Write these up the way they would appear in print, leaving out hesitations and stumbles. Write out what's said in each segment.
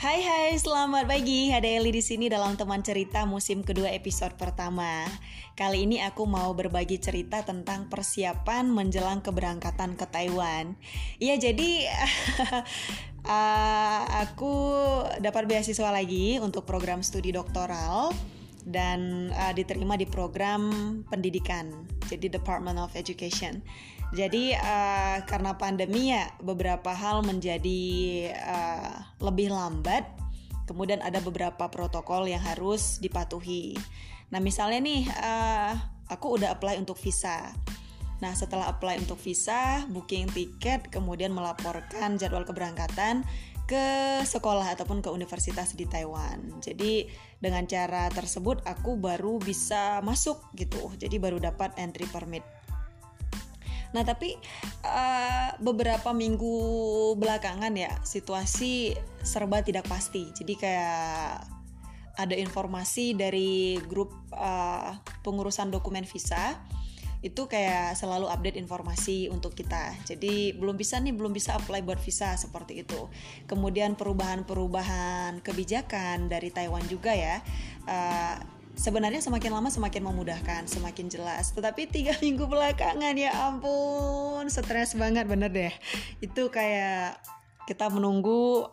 Hai hai, selamat pagi. Ada Eli di sini dalam teman cerita musim kedua episode pertama. Kali ini aku mau berbagi cerita tentang persiapan menjelang keberangkatan ke Taiwan. Iya, jadi aku dapat beasiswa lagi untuk program studi doktoral dan diterima di program pendidikan, jadi Department of Education. Jadi karena pandemi ya beberapa hal menjadi lebih lambat. Kemudian ada beberapa protokol yang harus dipatuhi. Nah misalnya nih aku udah apply untuk visa. Nah setelah apply untuk visa, booking tiket, kemudian melaporkan jadwal keberangkatan ke sekolah ataupun ke universitas di Taiwan. Jadi dengan cara tersebut aku baru bisa masuk gitu. Jadi baru dapat entry permit. Nah tapi beberapa minggu belakangan ya situasi serba tidak pasti. Jadi kayak ada informasi dari grup pengurusan dokumen visa itu kayak selalu update informasi untuk kita. Jadi belum bisa apply buat visa seperti itu. Kemudian perubahan kebijakan dari Taiwan juga ya. Sebenarnya semakin lama semakin memudahkan, semakin jelas. Tetapi 3 minggu belakangan ya ampun, stres banget bener deh. Itu kayak kita menunggu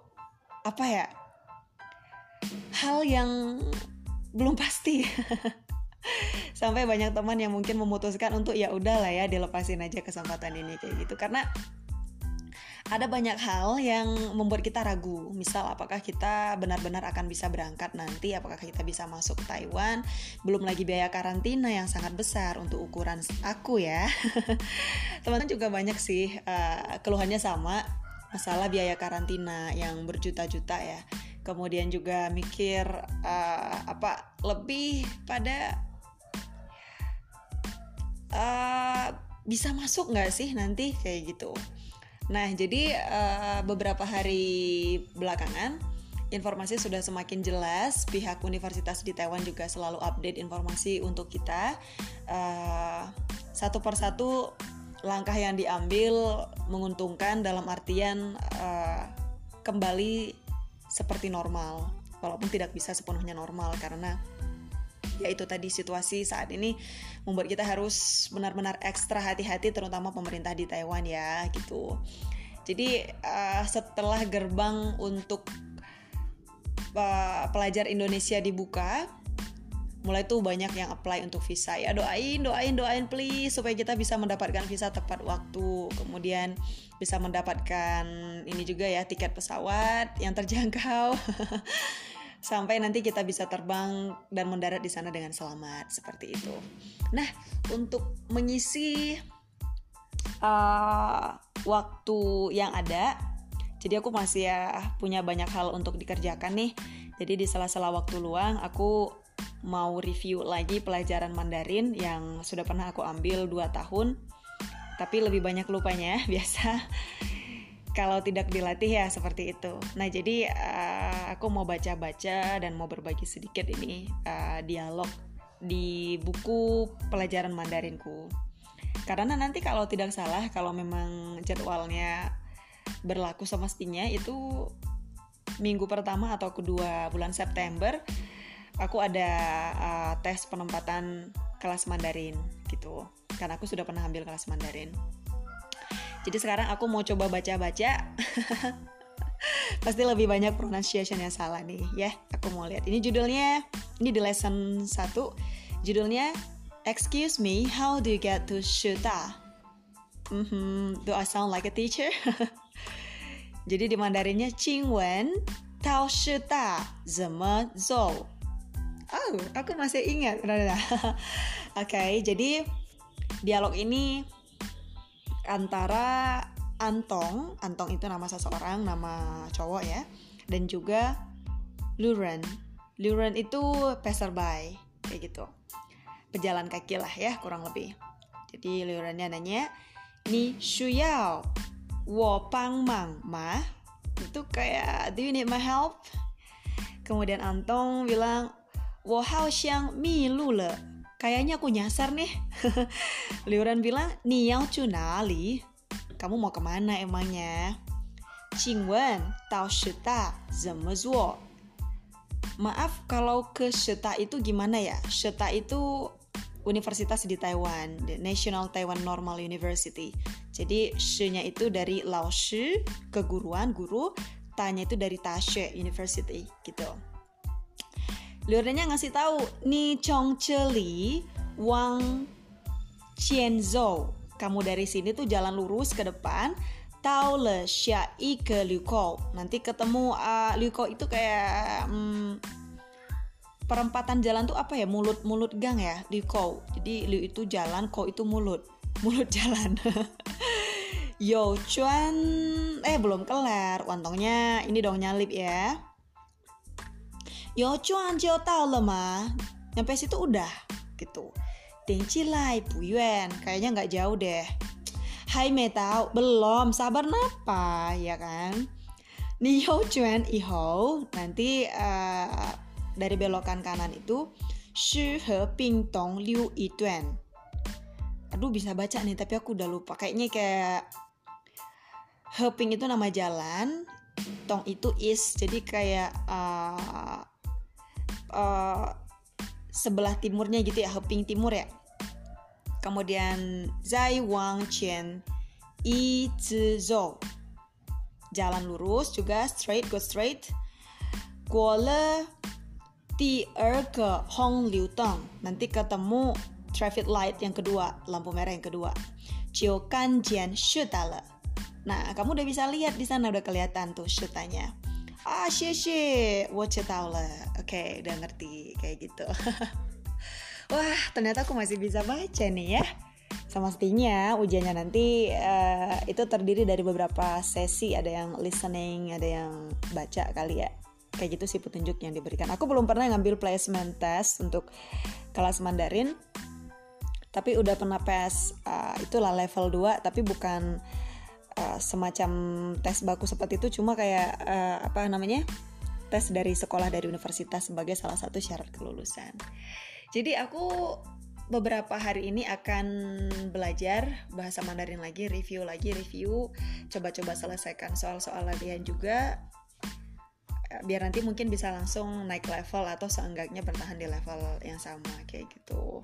hal yang belum pasti. Sampai banyak teman yang mungkin memutuskan untuk ya udahlah ya dilepasin aja kesempatan ini kayak gitu. Karena ada banyak hal yang membuat kita ragu. Misal apakah kita benar-benar akan bisa berangkat nanti, apakah kita bisa masuk Taiwan. Belum lagi biaya karantina yang sangat besar untuk ukuran aku ya. Teman-teman juga banyak sih keluhannya sama, masalah biaya karantina yang berjuta-juta ya. Kemudian juga mikir lebih pada bisa masuk gak sih nanti kayak gitu. Nah jadi beberapa hari belakangan informasi sudah semakin jelas. Pihak universitas di Taiwan juga selalu update informasi untuk kita. Satu persatu langkah yang diambil menguntungkan dalam artian kembali seperti normal. Walaupun tidak bisa sepenuhnya normal karena ya itu tadi situasi saat ini membuat kita harus benar-benar ekstra hati-hati, terutama pemerintah di Taiwan ya gitu. Jadi setelah gerbang untuk pelajar Indonesia dibuka, mulai tuh banyak yang apply untuk visa ya. Doain please supaya kita bisa mendapatkan visa tepat waktu. Kemudian bisa mendapatkan ini juga ya, tiket pesawat yang terjangkau. Sampai nanti kita bisa terbang dan mendarat di sana dengan selamat seperti itu. Nah, untuk mengisi waktu yang ada, jadi aku masih punya banyak hal untuk dikerjakan nih. Jadi di sela-sela waktu luang aku mau review lagi pelajaran Mandarin yang sudah pernah aku ambil 2 tahun. Tapi lebih banyak lupanya biasa. Kalau tidak dilatih ya seperti itu. Nah jadi aku mau baca-baca dan mau berbagi sedikit ini dialog di buku pelajaran Mandarinku. Karena nanti kalau tidak salah, kalau memang jadwalnya berlaku semestinya itu minggu pertama atau kedua bulan September aku ada tes penempatan kelas Mandarin gitu. Karena aku sudah pernah ambil kelas Mandarin. Jadi sekarang aku mau coba baca-baca. Pasti lebih banyak pronunciation yang salah nih ya. Aku mau lihat. Ini judulnya, ini di lesson 1. Judulnya Excuse me, how do you get to Shuta? Do I sound like a teacher? Jadi di Mandarinnya Qingwen Tao Shuta Zeme Zou. Oh, aku masih ingat. Oke, jadi dialog ini antara Antong itu nama seseorang, nama cowok ya, dan juga Luren itu passerby kayak gitu, pejalan kaki lah ya kurang lebih. Jadi Lurennya nanya, "Ni shuyao wo pang mang ma?" Itu kayak "Do you need my help?" Kemudian Antong bilang, "Wo hao xiang mi lu le." Kayaknya aku nyasar nih. Liuran bilang, "Ni yao chu nali?" Kamu mau kemana emangnya? 请问到师大怎么做? Maaf kalau ke Shita itu gimana ya? Shita itu universitas di Taiwan, the National Taiwan Normal University. Jadi shi-nya itu dari lao shi, keguruan, guru, ta-nya itu dari Tashi University gitu. Luarnya ngasih tahu, ni chong cheli wang qianzhou. Kamu dari sini tuh jalan lurus ke depan, tao le xia yi ke Liukou. Nanti ketemu Liukou itu kayak perempatan jalan tuh apa ya, mulut gang ya, Liukou. Jadi Liu itu jalan, Kou itu mulut jalan. Yo cuan, belum kelar, untungnya ini dong nyalip ya. Yo cuan jiao tao le ma, nyampe situ udah gitu. Ding Cilai Puyuan, kayaknya nggak jauh deh. Hai me tao, belum, sabar napa ya kan. Ni yo cuan ihou, nanti dari belokan kanan itu Shi He Ping Tong Liu Yi Tuan. Aduh bisa baca nih tapi aku udah lupa. Kayaknya kayak He Ping itu nama jalan, Tong itu is, jadi kayak sebelah timurnya gitu ya, He Ping timur ya. Kemudian Zai Wang Qian Yi Zi Zhou, jalan lurus juga, straight, go straight. Guole Di ke Hong Liu Tong, nanti ketemu traffic light yang kedua, lampu merah yang kedua. Jiu kan jian shutale. Nah, kamu udah bisa lihat di sana, udah kelihatan tuh shutanya. Xie, wo tahu lah. Oke, udah ngerti kayak gitu. Wah, ternyata aku masih bisa baca nih ya. Semestinya ujiannya nanti itu terdiri dari beberapa sesi, ada yang listening, ada yang baca kali ya. Kayak gitu sih petunjuk yang diberikan. Aku belum pernah ngambil placement test untuk kelas Mandarin, tapi udah pernah pass itulah level 2, tapi bukan semacam tes baku seperti itu, cuma kayak tes dari sekolah, dari universitas sebagai salah satu syarat kelulusan. Jadi aku beberapa hari ini akan belajar bahasa Mandarin lagi, review, coba-coba selesaikan soal-soal latihan juga, biar nanti mungkin bisa langsung naik level atau seenggaknya bertahan di level yang sama kayak gitu.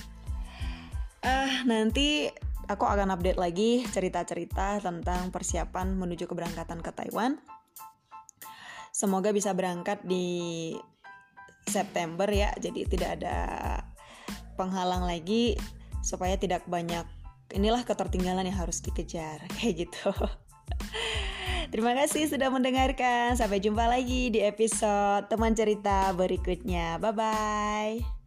Nanti aku akan update lagi cerita-cerita tentang persiapan menuju keberangkatan ke Taiwan. Semoga bisa berangkat di September ya, jadi tidak ada penghalang lagi, supaya tidak banyak ketertinggalan yang harus dikejar kayak gitu. Terima kasih sudah mendengarkan. Sampai jumpa lagi di episode teman cerita berikutnya. Bye-bye.